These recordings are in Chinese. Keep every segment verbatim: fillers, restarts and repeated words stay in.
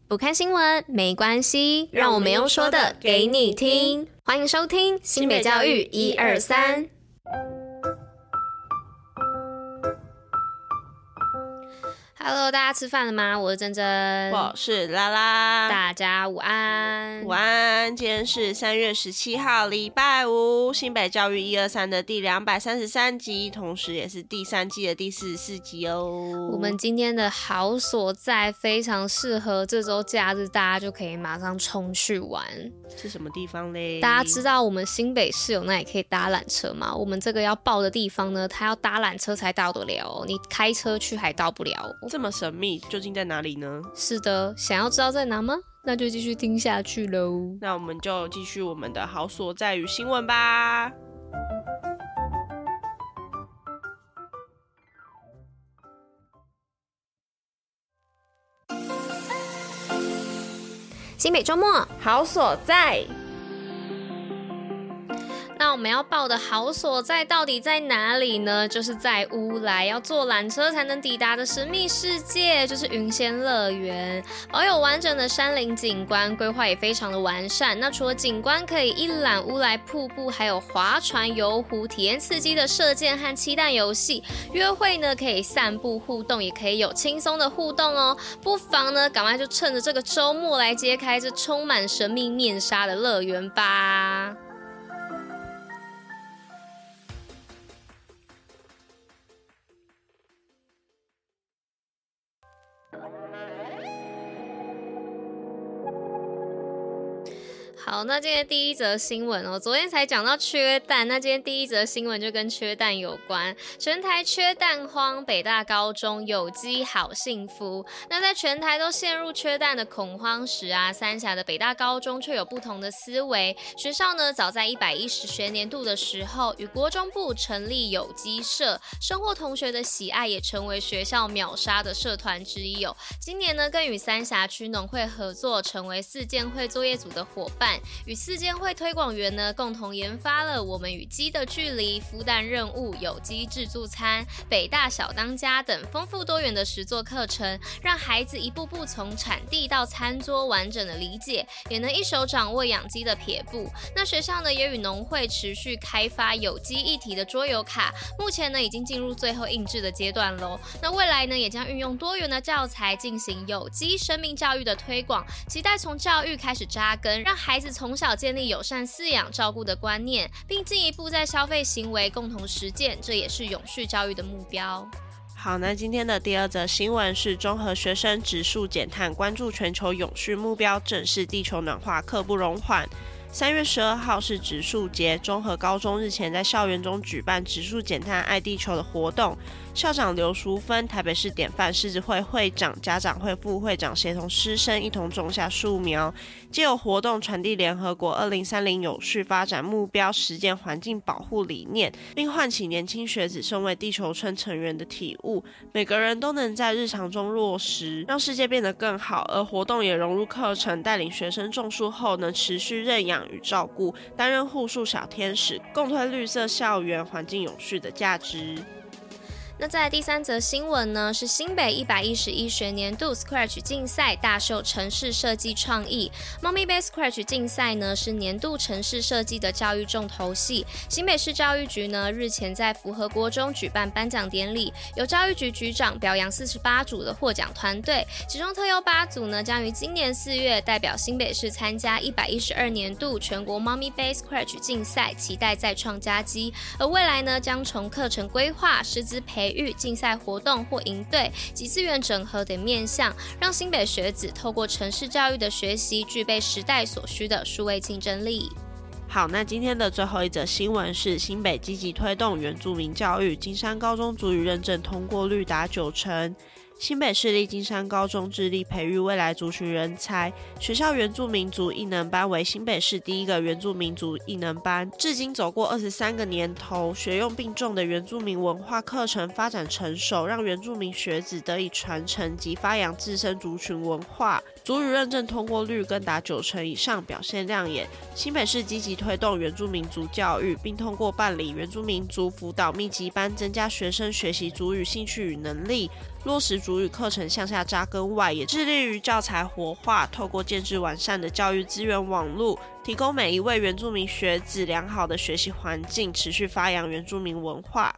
不看新闻没关系，让我们用说的给你听。欢迎收听新北教育一二三。Hello， 大家吃饭了吗？我是珍珍， 我是拉拉， 大家午安。 午安。今天是三月十七号，礼拜五，新北教育一二三的第两百三十三集，同时也是第三季的第四十四集哦。 我们今天的好所在非常适合这周假日，大家就可以马上冲去玩。 是什么地方嘞？ 大家知道我们新北市有那里可以搭缆车吗？我们这个要报的地方呢，它要搭缆车才到得了哦，你开车去还到不了哦。 这么神秘，究竟在哪里呢？ 是的，想要知道在哪吗？那就继续听下去喽。 那我们就继续我们的好所在与新闻吧。 新北周末好所在。 那我们要报的好所在到底在哪里呢？就是在乌来，要坐缆车才能抵达的神秘世界，就是云仙乐园。保有完整的山林景观，规划也非常的完善。那除了景观可以一览乌来瀑布，还有划船游湖，体验刺激的射箭和漆弹游戏。约会呢可以散步互动，也可以有轻松的互动哦。不妨呢赶快就趁着这个周末来揭开这充满神秘面纱的乐园吧。好，那今天第一则新闻哦，昨天才讲到缺蛋，那今天第一则新闻就跟缺蛋有关。全台缺蛋荒，北大高中有机好幸福。那在全台都陷入缺蛋的恐慌时啊，三峡的北大高中却有不同的思维。学校呢，早在一百一十学年度的时候，与国中部成立有机社，收获同学的喜爱，也成为学校秒杀的社团之一哦。今年呢，更与三峡区农会合作，成为四建会作业组的伙伴。与四建会推广员呢共同研发了我们与鸡的距离、孵蛋任务、有机自助餐、北大小当家等丰富多元的实作课程，让孩子一步步从产地到餐桌完整的理解，也能一手掌握养鸡的撇步。那学校呢也与农会持续开发有机议题的桌游卡，目前呢已经进入最后印制的阶段咯。那未来呢也将运用多元的教材进行有机生命教育的推广，期待从教育开始扎根，让孩子从小建立友善饲养照顾的观念，并进一步在消费行为共同实践，这也是永续教育的目标。 好，那今天的第二则新闻是中和学生植树减碳，关注全球永续目标，正视地球暖化刻不容缓。三月十二号是植树节，中和高中日前在校园中举办植树减碳爱地球的活动，校长刘淑芬、台北市典范狮子会会长、家长会副会长协同师生一同种下树苗，藉由活动传递联合国二零三零永续发展目标实践环境保护理念，并唤起年轻学子身为地球村成员的体悟，每个人都能在日常中落实，让世界变得更好。而活动也融入课程，带领学生种树后能持续认养与照顾，担任护树小天使，共推绿色校园环境永续的价值。 那再来第三则新闻呢，是新北一百一十一学年度 Scratch 竞赛大秀城市设计创意。猫咪杯 Scratch 竞赛呢是年度城市设计的教育重头戏。新北市教育局呢日前在福和国中举办颁奖典礼，由教育局局长表扬四十八组的获奖团队，其中特优八组呢将于今年四月代表新北市参加一百一十二年度全国猫咪杯 Scratch 竞赛，期待再创佳绩。而未来呢将从课程规划、师资培育、竞赛活动或营队及资源整合等面向，让新北学子透过城市教育的学习，具备时代所需的数位竞争力。 好，那今天的最后一则新闻是新北积极推动原住民教育，金山高中族语认证通过率达九成。新北市立金山高中致力培育未来族群人才，学校原住民族艺能班为新北市第一个原住民族艺能班，至今走过二十三个年头，学用并重的原住民文化课程发展成熟，让原住民学子得以传承及发扬自身族群文化， 族语认证通过率更达九成以上，表现亮眼。新北市积极推动原住民族教育，并通过办理原住民族辅导密集班，增加学生学习族语兴趣与能力，落实族语课程向下扎根外，也致力于教材活化，透过建制完善的教育资源网络，提供每一位原住民学子良好的学习环境，持续发扬原住民文化。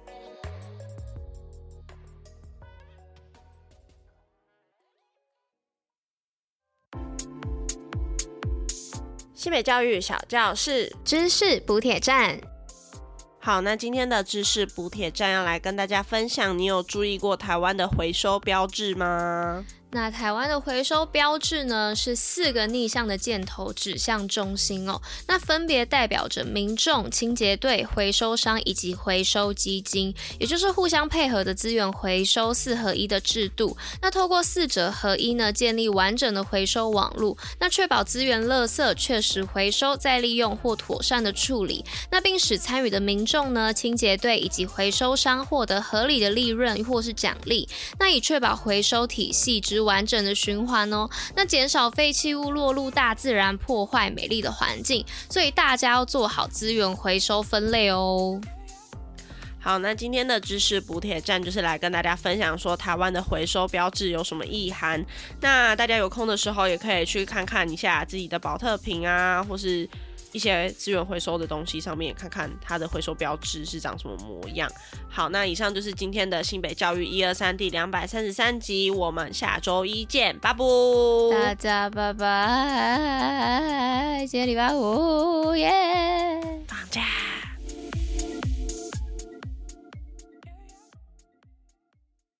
新北教育小教室， 知识补铁站。 好，那今天的知识补铁站要来跟大家分享，你有注意过台湾的回收标志吗？ 那台湾的回收标志呢，是四个逆向的箭头指向中心哦。那分别代表着民众、清洁队、回收商以及回收基金，也就是互相配合的资源回收四合一的制度。那透过四者合一呢，建立完整的回收网路，那确保资源垃圾确实回收、再利用或妥善的处理。那并使参与的民众呢、清洁队以及回收商获得合理的利润或是奖励。那以确保回收体系之完整的循环哦，那减少废弃物落入大自然，破坏美丽的环境，所以大家要做好资源回收分类哦。 好，那今天的知识补铁站就是来跟大家分享说台湾的回收标志有什么意涵。那大家有空的时候也可以去看看一下自己的保特瓶啊，或是一些资源回收的东西上面看看它的回收标志是长什么模样。好，那以上就是今天的新北教育一二三第两百三十三集，我们下周一见，拜拜！ 大家拜拜，今天礼拜五耶。